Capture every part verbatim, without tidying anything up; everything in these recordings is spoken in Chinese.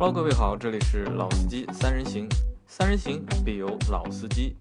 Hello， 各位好，这里是老司机三人行，三人行必有老司机。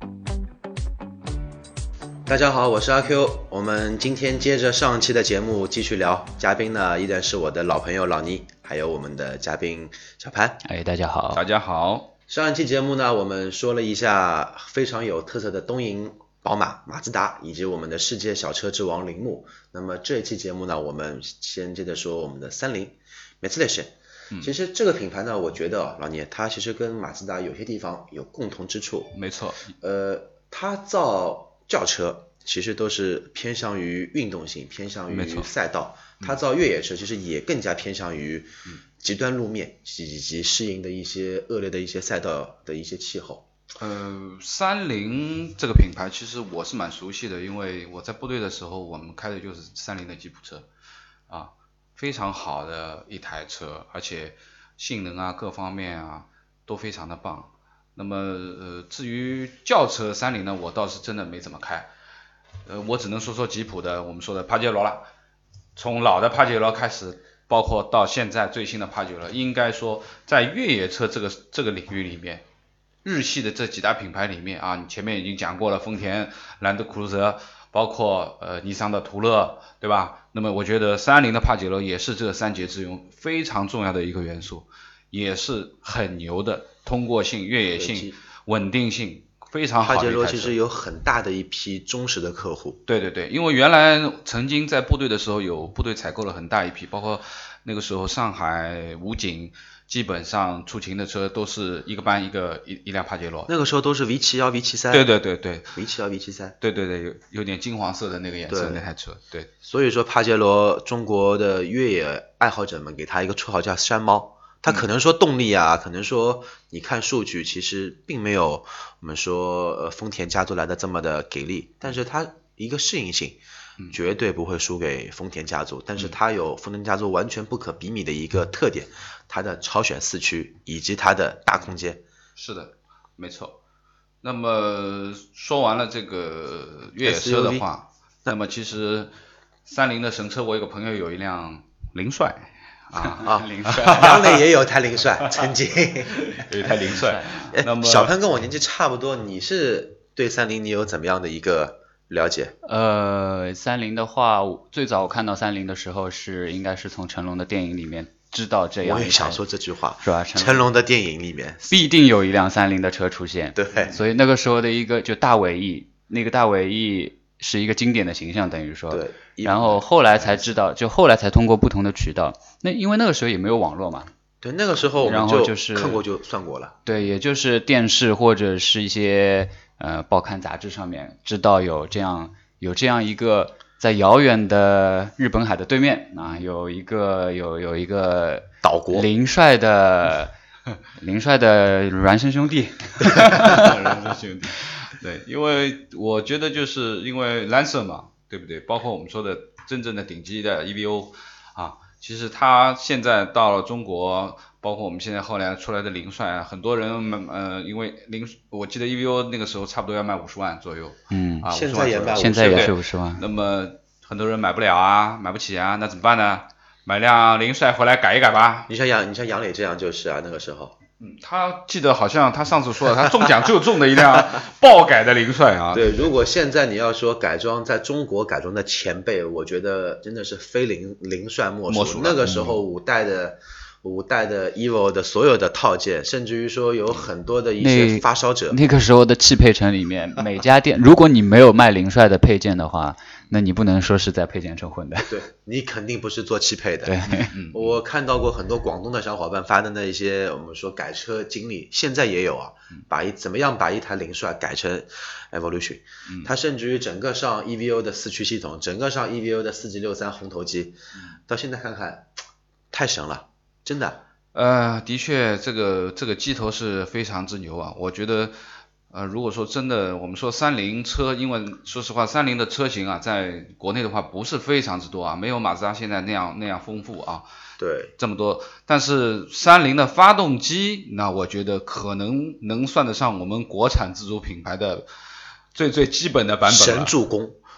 大家好，我是阿 Q， 我们今天接着上期的节目继续聊，嘉宾呢依然是我的老朋友老倪，还有我们的嘉宾小潘。 哎，大家好， 大家好。 上一期节目呢，我们说了一下非常有特色的东瀛宝马、马自达，以及我们的世界小车之王铃木。那么这一期节目呢，我们先接着说我们的三菱 Mitsubishi。其实这个品牌呢，我觉得老聂它其实跟马自达有些地方有共同之处。 没错。 呃，它造轿车其实都是偏向于运动性，偏向于赛道。它造越野车其实也更加偏向于极端路面，以及适应的一些恶劣的一些赛道的一些气候。 呃，三菱这个品牌其实我是蛮熟悉的，因为我在部队的时候我们开的就是三菱的吉普车啊，非常好的一台车，而且性能啊各方面啊都非常的棒。那么呃至于轿车三菱呢，我倒是真的没怎么开，呃我只能说说吉普的我们说的帕杰罗了，从老的帕杰罗开始，包括到现在最新的帕杰罗，应该说在越野车这个这个领域里面，日系的这几大品牌里面啊，你前面已经讲过了，丰田、兰德酷路泽，包括呃尼桑的途乐，对吧？那么我觉得三菱的帕杰罗也是这三杰之中非常重要的一个元素，也是很牛的，通过性、越野性、稳定性非常好的一台车。 帕杰罗其实有很大的一批忠实的客户。 对对对，因为原来曾经在部队的时候有部队采购了很大一批，包括那个时候上海武警基本上出勤的车都是一个班一个一一辆帕杰罗， 那个时候都是 V 七十一 V 七十三。 对对对对 V 七十一 V 七十三。 对对对，有有点金黄色的那个颜色那台车。对， 所以说帕杰罗中国的越野爱好者们给他一个绰号叫山猫。他可能说动力啊、嗯、可能说你看数据其实并没有我们说呃丰田家族来的这么的给力，但是他一个适应性绝对不会输给丰田家族、嗯、但是他有丰田家族完全不可比拟的一个特点，它的超选四驱以及它的大空间。 是的，没错。那么说完了这个越野车的话， S U V， 那么其实三菱的神车，我有个朋友有一辆凌帅啊啊，凌帅， 杨磊也有台凌帅，曾经有一台凌帅。那么小潘跟我年纪差不多，你是对三菱你有怎么样的一个了解？ 呃，三菱的话，最早我看到三菱的时候是应该是从成龙的电影里面知道这样。 我也想说这句话， 是吧？ 成龙的电影里面必定有一辆三菱的车出现。 对， 所以那个时候的一个就大尾翼，那个大尾翼是一个经典的形象，等于说。 对。 然后后来才知道，就后来才通过不同的渠道，那因为那个时候也没有网络嘛。 对，那个时候我们就看过就算过了。 对，也就是电视或者是一些呃报刊杂志上面知道有这样有这样一个在遥远的日本海的对面啊，有一个有有一个岛国凌帅的凌帅的孪生兄弟，孪生兄弟。对，因为我觉得就是因为 Lancer 嘛。对不对？包括我们说的真正的顶级的 E V O 啊，其实它现在到了中国，包括我们现在后来出来的凌帅啊，很多人呃，因为凌，我记得 E V O 那个时候差不多要卖五十万左右， 嗯， 啊， 现在也卖， 现在也是五十万。 那么很多人买不了啊，买不起啊，那怎么办呢？买辆凌帅回来改一改吧。 你像杨，你像杨磊这样就是啊，那个时候。 嗯，他记得好像他上次说了，他中奖就中的一辆爆改的凌帅啊。 对，如果现在你要说改装在中国改装的前辈，我觉得真的是非凌凌帅莫属。 莫属那个时候五代的、嗯、五代的 Evo 的所有的套件，甚至于说有很多的一些发烧者。 那, 那个时候的汽配城里面，每家店如果你没有卖凌帅的配件的话，那你不能说是在配件城混的。 对，你肯定不是做汽配的。 对， 嗯、我看到过很多广东的小伙伴发的那一些我们说改车经历，现在也有啊，把一怎么样把一台凌帅改成 Evolution，、嗯、它甚至于整个上 E V O 的四驱系统，整个上 E V O 的四 G 六三红头机，嗯、到现在看看太神了，真的。 呃，的确，这个这个机头是非常之牛啊，我觉得。呃，如果说真的，我们说三菱车，因为说实话，三菱的车型啊，在国内的话不是非常之多啊，没有马自达现在那样那样丰富啊。 对， 这么多，但是三菱的发动机，那我觉得可能能算得上我们国产自主品牌的最最基本的版本了。 神助攻。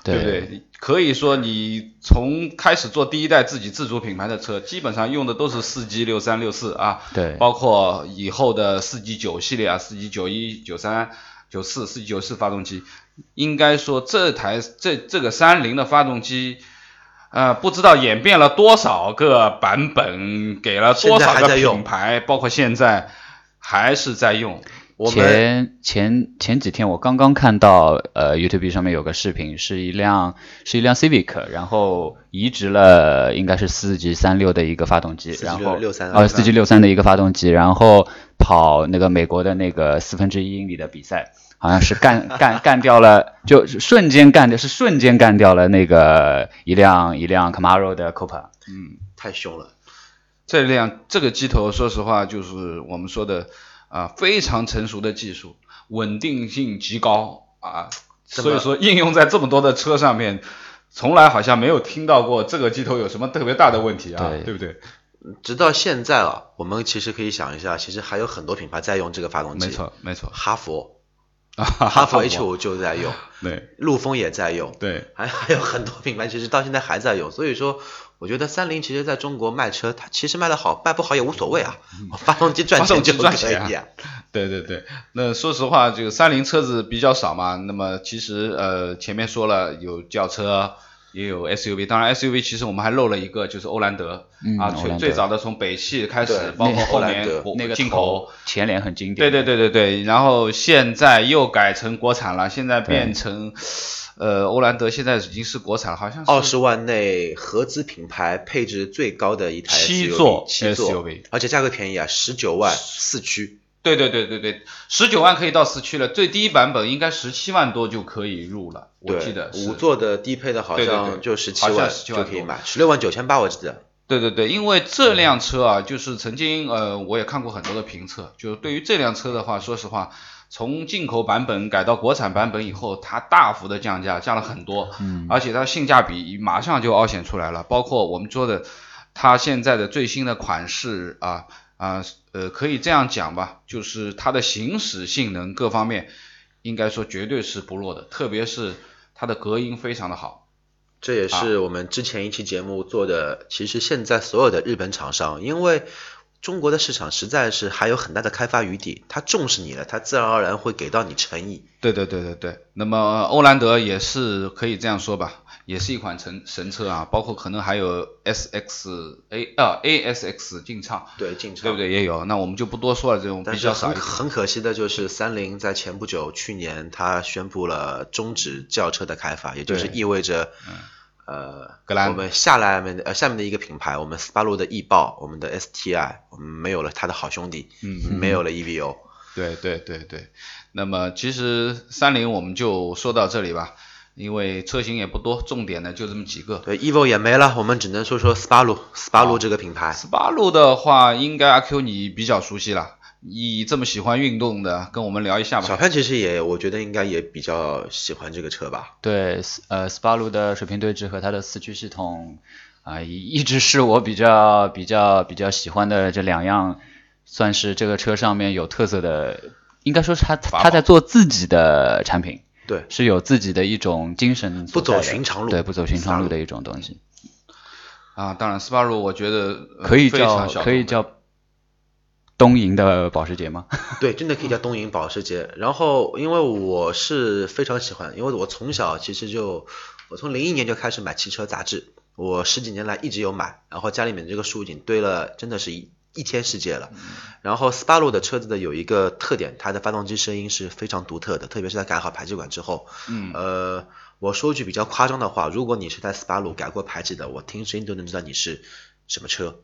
对不对？可以说你从开始做第一代自己自主品牌的车，基本上用的都是四 G 六三六四啊， 对， 包括以后的四 G 九系列啊，四 G 九一、九三、九四、四 G 九四发动机，应该说这台这这个三菱的发动机。呃，不知道演变了多少个版本，给了多少个品牌，包括现在还是在用。 我们前前前几天我刚刚看到，呃 ，YouTube 上面有个视频，是一辆是一辆 Civic， 然后移植了应该是四 G 三六的一个发动机，然后呃四 G 六三的一个发动机，然后跑那个美国的那个四分之一英里的比赛。好像是干干干掉了，就瞬间干掉，是瞬间干掉了那个一辆一辆 Camaro 的 Copa， 嗯， 太凶了。 这辆这个机头，说实话，就是我们说的啊、呃，非常成熟的技术，稳定性极高啊，所以说应用在这么多的车上面，从来好像没有听到过这个机头有什么特别大的问题啊，对, 对不对？ 直到现在啊，我们其实可以想一下，其实还有很多品牌在用这个发动机， 没错没错， 哈佛。哈弗 H 五 就在用， 对， 陆风也在用， 对， 还还有很多品牌其实到现在还在用，所以说我觉得三菱其实在中国卖车，它其实卖得好卖不好也无所谓啊，发动机赚钱就可以啊。 对对对，那说实话，这个三菱车子比较少嘛，那么其实呃前面说了有轿车。也有 S U V， 当然 S U V 其实我们还漏了一个，就是欧蓝德、 嗯、 啊，最最早的从北汽开始，包括后面那个进口前脸很经典。 对对对对对，然后现在又改成国产了，现在变成呃欧蓝德现在已经是国产了，好像是二十万内合资品牌配置最高的一台 S U V， 七座七座 S U V， 而且价格便宜啊，十九万四驱。 对对对对对，十九万可以到四驱了，最低版本应该十七万多就可以入了，我记得五座的低配的好像就十七万就可以买，十六万九千八我记得。 对对对，因为这辆车啊，就是曾经呃我也看过很多的评测，就对于这辆车的话，说实话，从进口版本改到国产版本以后，它大幅的降价，降了很多， 嗯， 而且它性价比马上就凹显出来了，包括我们说的它现在的最新的款式啊。啊，呃，可以这样讲吧，就是它的行驶性能各方面，应该说绝对是不弱的，特别是它的隔音非常的好。 这也是我们之前一期节目做的，啊、其实现在所有的日本厂商，因为中国的市场实在是还有很大的开发余地，他重视你了，他自然而然会给到你诚意。 对对对对对，那么欧蓝德也是可以这样说吧。也是一款神神车啊，包括可能还有 S X A 啊 A S X 劲畅， 对劲畅， 对不对？也有，那我们就不多说了，这种比较少一点。 但是很很可惜的就是三菱在前不久，去年它宣布了终止轿车的开发，也就是意味着，呃， 格兰我们下来面的呃下面的一个品牌，我们斯巴鲁的翼豹，我们的 S T I， 我们没有了它的好兄弟， 嗯， 没有了 E V O。 对对对对，那么其实三菱我们就说到这里吧。因为车型也不多，重点呢就这么几个。 对 ，Evo 也没了，我们只能说说斯巴鲁，斯巴鲁这个品牌。 斯巴鲁的话，应该阿 Q 你比较熟悉了，你这么喜欢运动的，跟我们聊一下吧。 小潘其实也，我觉得应该也比较喜欢这个车吧。 对，呃，斯巴鲁的水平对置和它的四驱系统啊、呃，一直是我比较比较比较喜欢的这两样，算是这个车上面有特色的，应该说是他他在做自己的产品。 对， 是有自己的一种精神， 不走寻常路， 对，不走寻常路的一种东西。 啊，当然，斯巴鲁我觉得、呃、 可以叫可以叫东瀛的保时捷吗？ 对，真的可以叫东瀛保时捷。然后，因为我是非常喜欢，因为我从小其实就，我从零一年就开始买汽车杂志，我十几年来一直有买，然后家里面这个书已经堆了，真的是一。一天世界了，然后斯巴鲁的车子的有一个特点，它的发动机声音是非常独特的，特别是在改好排气管之后。 嗯， 呃，我说句比较夸张的话，如果你是在斯巴鲁改过排气的，我听声音都能知道你是什么车。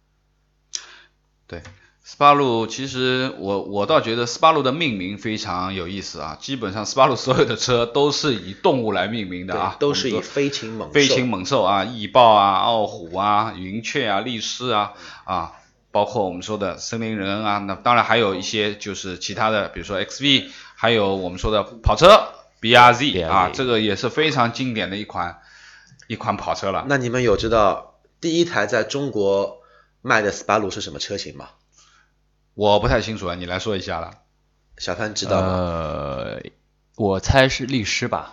对，斯巴鲁其实我我倒觉得斯巴鲁的命名非常有意思啊，基本上斯巴鲁所有的车都是以动物来命名的啊， 都是以飞禽猛兽、 飞禽猛兽啊，翼豹啊、傲虎啊、云雀啊、力狮啊啊。包括我们说的森林人啊，那当然还有一些就是其他的，比如说 X V， 还有我们说的跑车 B R Z 啊，这个也是非常经典的一款一款跑车了。 那你们有知道第一台在中国卖的斯巴鲁是什么车型吗？ 我不太清楚啊，你来说一下了。 小潘知道吗？ 呃，我猜是力狮吧。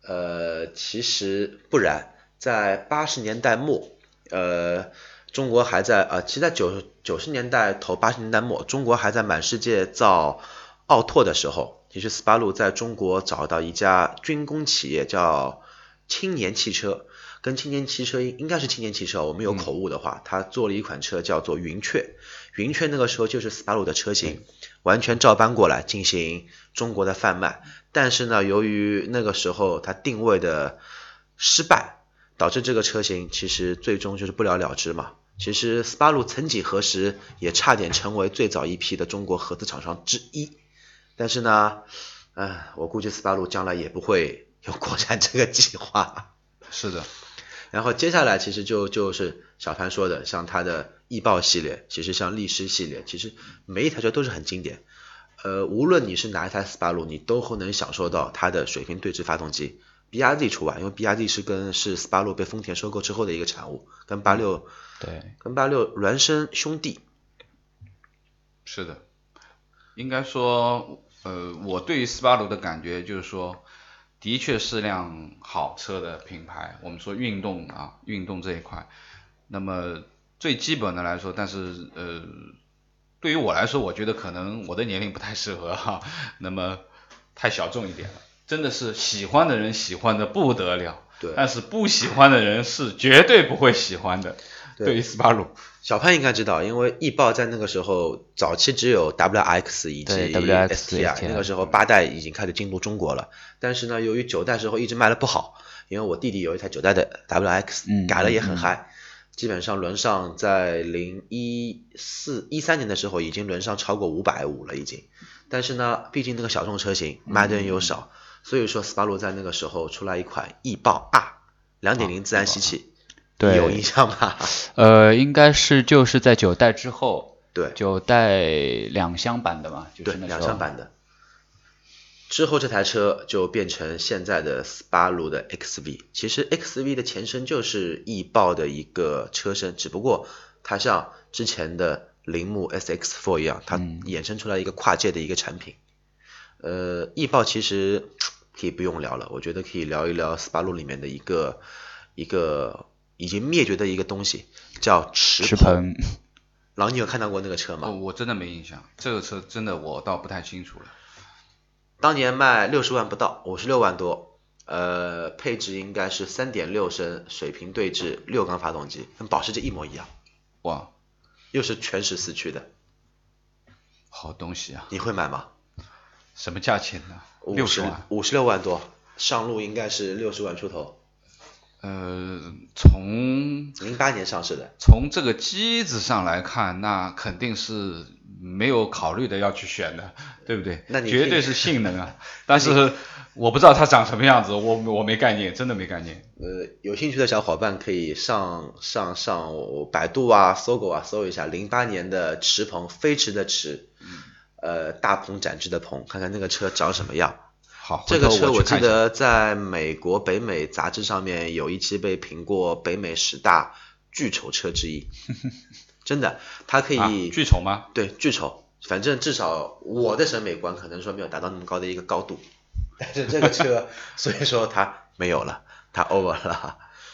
呃，其实不然，在八十年代末，呃，中国还在呃，其实在九九十年代头八十年代末，中国还在满世界造奥拓的时候，其实斯巴鲁在中国找到一家军工企业叫青年汽车，跟青年汽车应该是青年汽车，我没有口误的话，他做了一款车叫做云雀，云雀那个时候就是斯巴鲁的车型，完全照搬过来进行中国的贩卖。但是呢，由于那个时候它定位的失败，导致这个车型其实最终就是不了了之嘛。其实斯巴鲁曾几何时也差点成为最早一批的中国合资厂商之一，但是呢，呃，我估计斯巴鲁将来也不会有国产这个计划。 是的。 然后接下来其实就就是小潘说的，像它的翼豹系列，其实像力狮系列，其实每一台车都是很经典。呃，无论你是哪一台斯巴鲁，你都会能享受到它的水平对置发动机 ，B R Z 除外，因为 B R Z 是跟是斯巴鲁被丰田收购之后的一个产物，跟八六对， 跟八六孪生兄弟。 是的，应该说，呃，我对于斯巴鲁的感觉就是说，的确是辆好车的品牌。我们说运动啊，运动这一块，那么最基本的来说，但是呃。对于我来说，我觉得可能我的年龄不太适合哈，那么太小众一点了。真的是喜欢的人喜欢的不得了， 对， 但是不喜欢的人是绝对不会喜欢的。对, 对于斯巴鲁， 小潘应该知道，因为翼豹在那个时候早期只有 W R X 以及 S T I， 那个时候八代已经开始进入中国了，但是呢，由于九代时候一直卖的不好，因为我弟弟有一台九代的 W R X，、嗯、改了也很嗨。嗯嗯基本上轮上在零一四一三年的时候已经轮上超过五百五了已经，但是呢，毕竟那个小众车型卖的人又少，嗯、所以说斯巴鲁在那个时候出来一款翼豹 R 二点零自然吸气， 对， 有印象吗？ 呃，应该是就是在九代之后， 对， 九代两厢版的嘛，就是那对，两厢版的。之后这台车就变成现在的斯巴鲁的 X V， 其实 X V 的前身就是翼豹的一个车身，只不过它像之前的铃木 S X 四 一样，它衍生出来一个跨界的一个产品。嗯、呃，翼豹其实可以不用聊了，我觉得可以聊一聊斯巴鲁里面的一个一个已经灭绝的一个东西，叫驰鹏。老，你有看到过那个车吗？ 哦，我真的没印象，这个车真的我倒不太清楚了。 当年卖六十万不到，五十六万多，呃，配置应该是 三点六 升水平对置六缸发动机，跟保时捷一模一样。 哇， 又是全时四驱的， 好东西啊！ 你会买吗？ 什么价钱呢？六十万， 五十六万多，上路应该是六十万出头。 呃，从零八年上市的， 从这个机子上来看，那肯定是没有考虑的要去选的，对不对？ 那你绝对是性能啊！但是我不知道它长什么样子，我我没概念，真的没概念。 呃，有兴趣的小伙伴可以上上上百度啊、搜狗啊搜一下零八年的驰鹏，飞驰的驰，呃，大鹏展翅的鹏，看看那个车长什么样。 好， 这个车我记得我在美国北美杂志上面有一期被评过北美十大巨丑车之一，真的，它可以、啊、 巨丑吗？ 对，巨丑，反正至少我的审美观可能说没有达到那么高的一个高度，但是这个车所以说它没有了，它 over 了。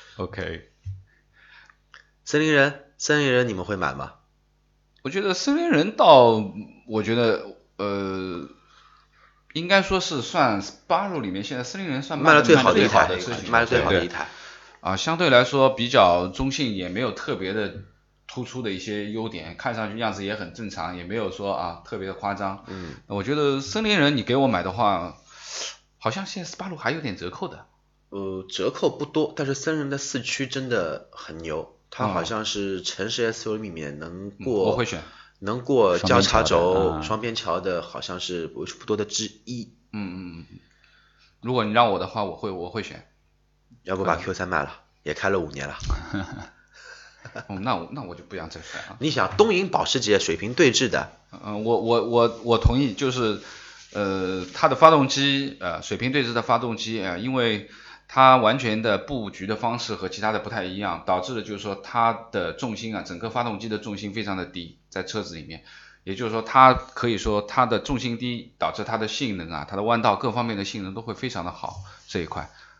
OK， 森林人，森林人你们会买吗？ 我觉得森林人倒，我觉得呃。应该说是算斯巴鲁里面现在森林人算卖的最好的一台， 卖的最好的一台啊，相对来说比较中性，也没有特别的突出的一些优点，看上去样子也很正常，也没有说啊特别的夸张。 嗯， 我觉得森林人你给我买的话，好像现在斯巴鲁还有点折扣的。 呃，折扣不多，但是森林人的四驱真的很牛，它好像是城市 S U V 里面能过。 嗯、我会选。 能过交叉轴双边桥的好像是为数不多的之一。 嗯嗯嗯，如果你让我的话，我会我会选。 要不把 Q 三卖了，也开了五年了。 哦，那我那我就不想再选了。 你想东瀛保时捷水平对置的， 嗯，我我我我同意，就是呃它的发动机呃水平对置的发动机呃因为它完全的布局的方式和其他的不太一样，导致的就是说它的重心啊，整个发动机的重心非常的低，在车子里面，也就是说它可以说它的重心低，导致它的性能啊，它的弯道各方面的性能都会非常的好这一块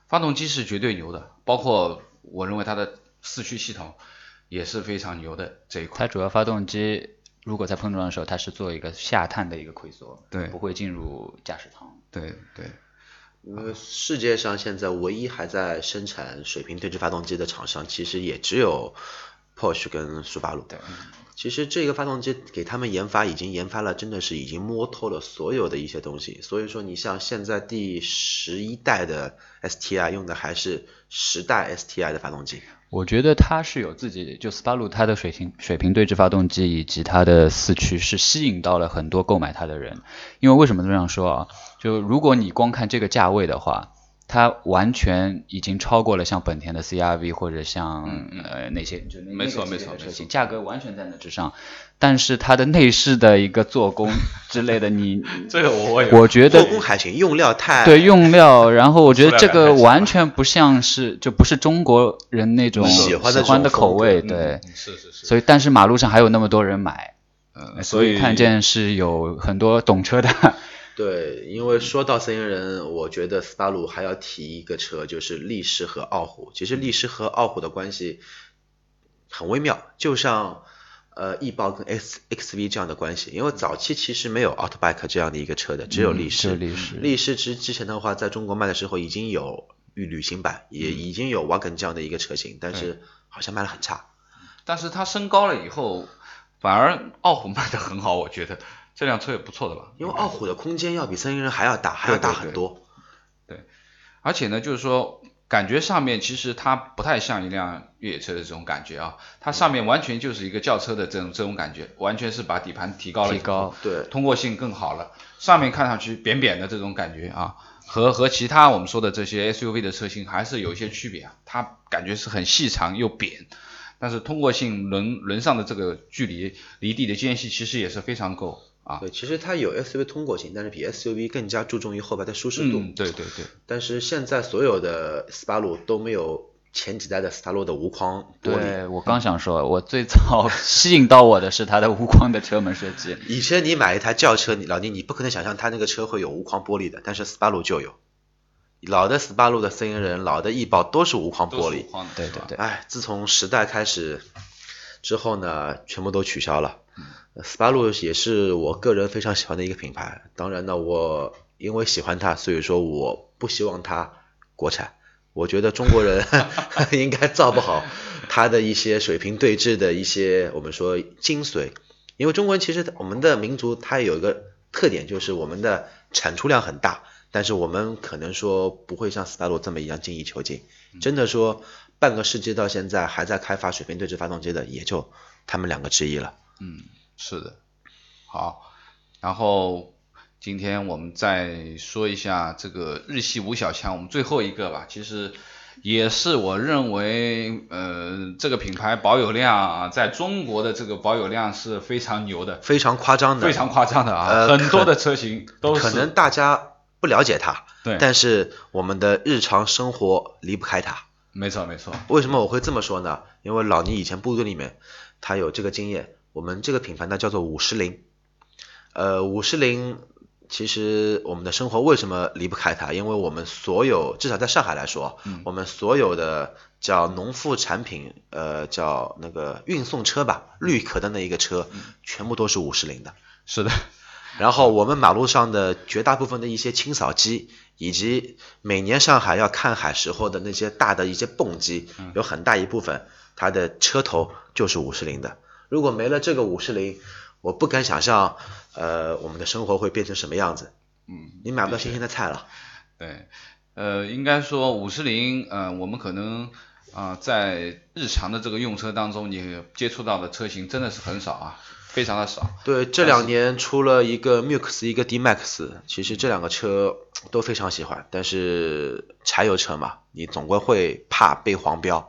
发动机是绝对牛的，包括我认为它的四驱系统也是非常牛的这一块。 它主要发动机如果在碰撞的时候，它是做一个下探的一个溃缩， 对， 不会进入驾驶舱。 对对。 因为世界上现在唯一还在生产水平对置发动机的厂商，其实也只有 Porsche 跟苏巴鲁。 对， 其实这个发动机给他们研发已经研发了，真的是已经摸透了所有的一些东西。所以说，你像现在第十一代的 S T I 用的还是十代 S T I 的发动机。 我觉得它是有自己，就斯巴鲁它的水平水平对置发动机以及它的四驱是吸引到了很多购买它的人。因为为什么这样说啊？就如果你光看这个价位的话，它完全已经超过了像本田的 C R V 或者像、嗯、呃那些就那没错那个系列的车型， 没错价格完全在那之上。但是它的内饰的一个做工之类的，你这个我也我觉得做工还行，用料太对用料，然后我觉得这个完全不像是就不是中国人那种喜欢的喜欢的口味，对、 嗯，是是是。 所以但是马路上还有那么多人买， 嗯， 所以看见是有很多懂车的。 对，因为说到森林人，我觉得斯巴鲁还要提一个车，就是力狮和傲虎。其实力狮和傲虎的关系很微妙，就像呃翼豹跟 X XV 这样的关系。因为早期其实没有 Autobike 这样的一个车的，只有力狮。 嗯、力狮， 力狮之之前的话，在中国卖的时候已经有旅行版，也已经有 Wagon 这样的一个车型，但是好像卖得很差。 但是它升高了以后，反而傲虎卖得很好，我觉得。这辆车也不错的吧？ 因为傲虎的空间要比森林人还要大，还要大很多。 对，对，对，而且呢，就是说，感觉上面其实它不太像一辆越野车的这种感觉啊，它上面完全就是一个轿车的这种这种感觉，完全是把底盘提高了， 提高， 对， 通过性更好了。上面看上去扁扁的这种感觉啊，和和其他我们说的这些 S U V 的车型还是有一些区别啊，它感觉是很细长又扁。但是通过性轮轮上的这个距离离地的间隙其实也是非常够。啊， 对，其实它有 S U V 通过性，但是比 S U V 更加注重于后排的舒适度。 嗯，对对对。 但是现在所有的斯巴鲁都没有前几代的斯巴鲁的无框玻璃。 对，我刚想说，我最早吸引到我的是它的无框的车门设计。 以前你买一台轿车，你老倪你不可能想象它那个车会有无框玻璃的，但是斯巴鲁就有。老的斯巴鲁的森林人，老的翼豹都是无框玻璃。 对对对。 哎，自从十代开始之后呢，全部都取消了。斯巴鲁也是我个人非常喜欢的一个品牌，当然呢，我因为喜欢它，所以说我不希望它国产。我觉得中国人应该造不好它的一些水平对置的一些我们说精髓，因为中国人其实我们的民族它有一个特点，就是我们的产出量很大，但是我们可能说不会像斯巴鲁这么一样精益求精。真的说半个世纪到现在还在开发水平对置发动机的，也就他们两个之一了。 嗯，是的。好，然后今天我们再说一下这个日系五小强，我们最后一个吧，其实也是我认为呃这个品牌保有量啊，在中国的这个保有量是非常牛的， 非常夸张的， 非常夸张的啊， 呃、 很多的车型都是可能大家不了解它， 对， 但是我们的日常生活离不开它。 没错没错。 为什么我会这么说呢？因为老倪以前部队里面他有这个经验，我们这个品牌呢叫做五十铃。呃，五十铃其实我们的生活为什么离不开它？因为我们所有，至少在上海来说， 嗯、 我们所有的叫农副产品，呃，叫那个运送车吧，绿壳的那一个车， 嗯、 全部都是五十铃的。 是的。 然后我们马路上的绝大部分的一些清扫机，以及每年上海要看海时候的那些大的一些泵机， 嗯、 有很大一部分它的车头就是五十铃的。如果没了这个五十铃，我不敢想象，呃，我们的生活会变成什么样子。 嗯， 你买不到新鲜的菜了。 对，呃，应该说五十铃，呃，我们可能啊、呃，在日常的这个用车当中，你接触到的车型真的是很少啊，非常的少。 对，这两年出了一个 Mux， 一个 D-Max， 其实这两个车都非常喜欢，但是柴油车嘛，你总归会怕被黄标。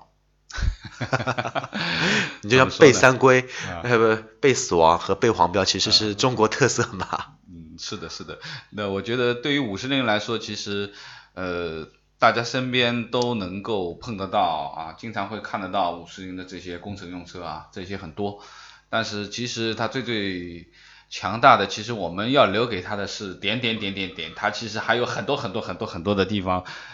你就像被三规，呃不被死亡和被黄标，其实是中国特色嘛。 嗯，是的，是的。那我觉得对于五十铃来说，其实呃大家身边都能够碰得到啊，经常会看得到五十铃的这些工程用车啊，这些很多。但是其实它最最强大的，其实我们要留给它的是点点点点点，它其实还有很多很多很多很多的地方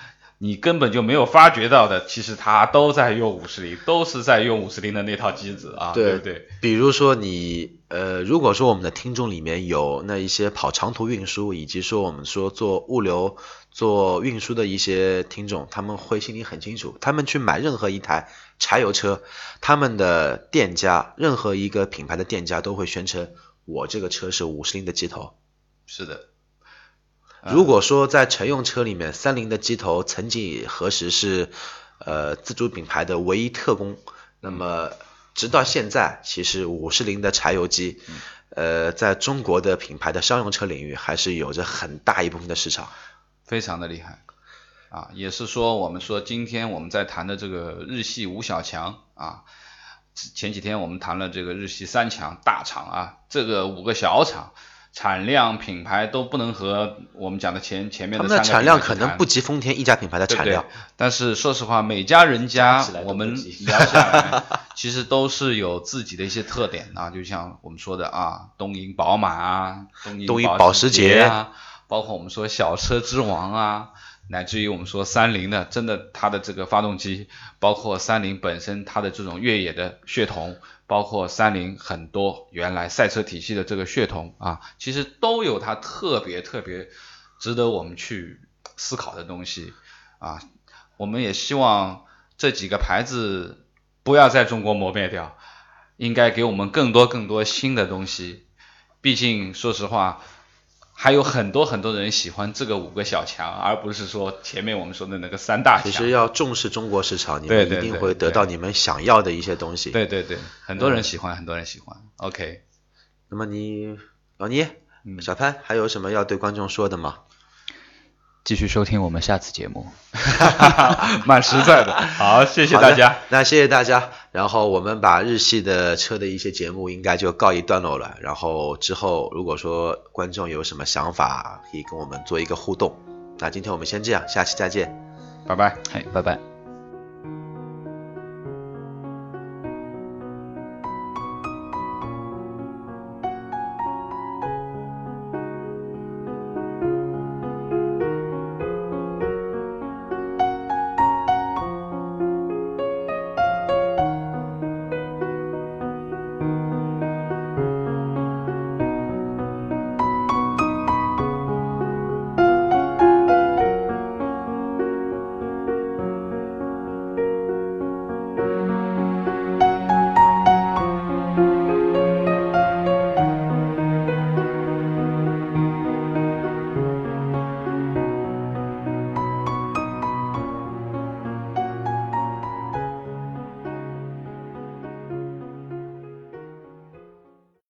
你根本就没有发觉到的，其实它都在用五十铃，都是在用五十铃的那套机子啊，对, 对不对？ 比如说你呃，如果说我们的听众里面有那一些跑长途运输，以及说我们说做物流、做运输的一些听众，他们会心里很清楚，他们去买任何一台柴油车，他们的店家，任何一个品牌的店家都会宣称我这个车是五十铃的机头。 是的。 如果说在乘用车里面，三菱的机头曾几何时是呃自主品牌的唯一特供，那么直到现在，其实五十铃的柴油机，呃，在中国的品牌的商用车领域还是有着很大一部分的市场， 非常的厉害啊！也是说，我们说今天我们在谈的这个日系五小强啊，前几天我们谈了这个日系三强大厂啊，这个五个小厂。产量品牌都不能和我们讲的前前面的三个他们的产量可能不及丰田一家品牌的产量， 对对，但是说实话，每家人家我们聊下来，其实都是有自己的一些特点啊，就像我们说的啊，东瀛宝马啊，东瀛保时捷啊，包括我们说小车之王啊，乃至于我们说三菱的，真的它的这个发动机，包括三菱本身它的这种越野的血统。包括三菱很多原来赛车体系的这个血统啊，其实都有它特别特别值得我们去思考的东西啊。我们也希望这几个牌子不要在中国磨灭掉，应该给我们更多更多新的东西。毕竟说实话，还有很多很多人喜欢这个五个小强，而不是说前面我们说的那个三大强。 其实要重视中国市场，你们一定会得到你们想要的一些东西。 对对对，很多人喜欢，嗯、很多人喜欢。OK， 那么你老倪、嗯、小潘还有什么要对观众说的吗？ 继续收听我们下次节目， 蛮实在的。好，谢谢大家。 那谢谢大家。然后我们把日系的车的一些节目应该就告一段落了。然后之后如果说观众有什么想法，可以跟我们做一个互动。那今天我们先这样，下期再见， 拜拜。 嘿，拜拜。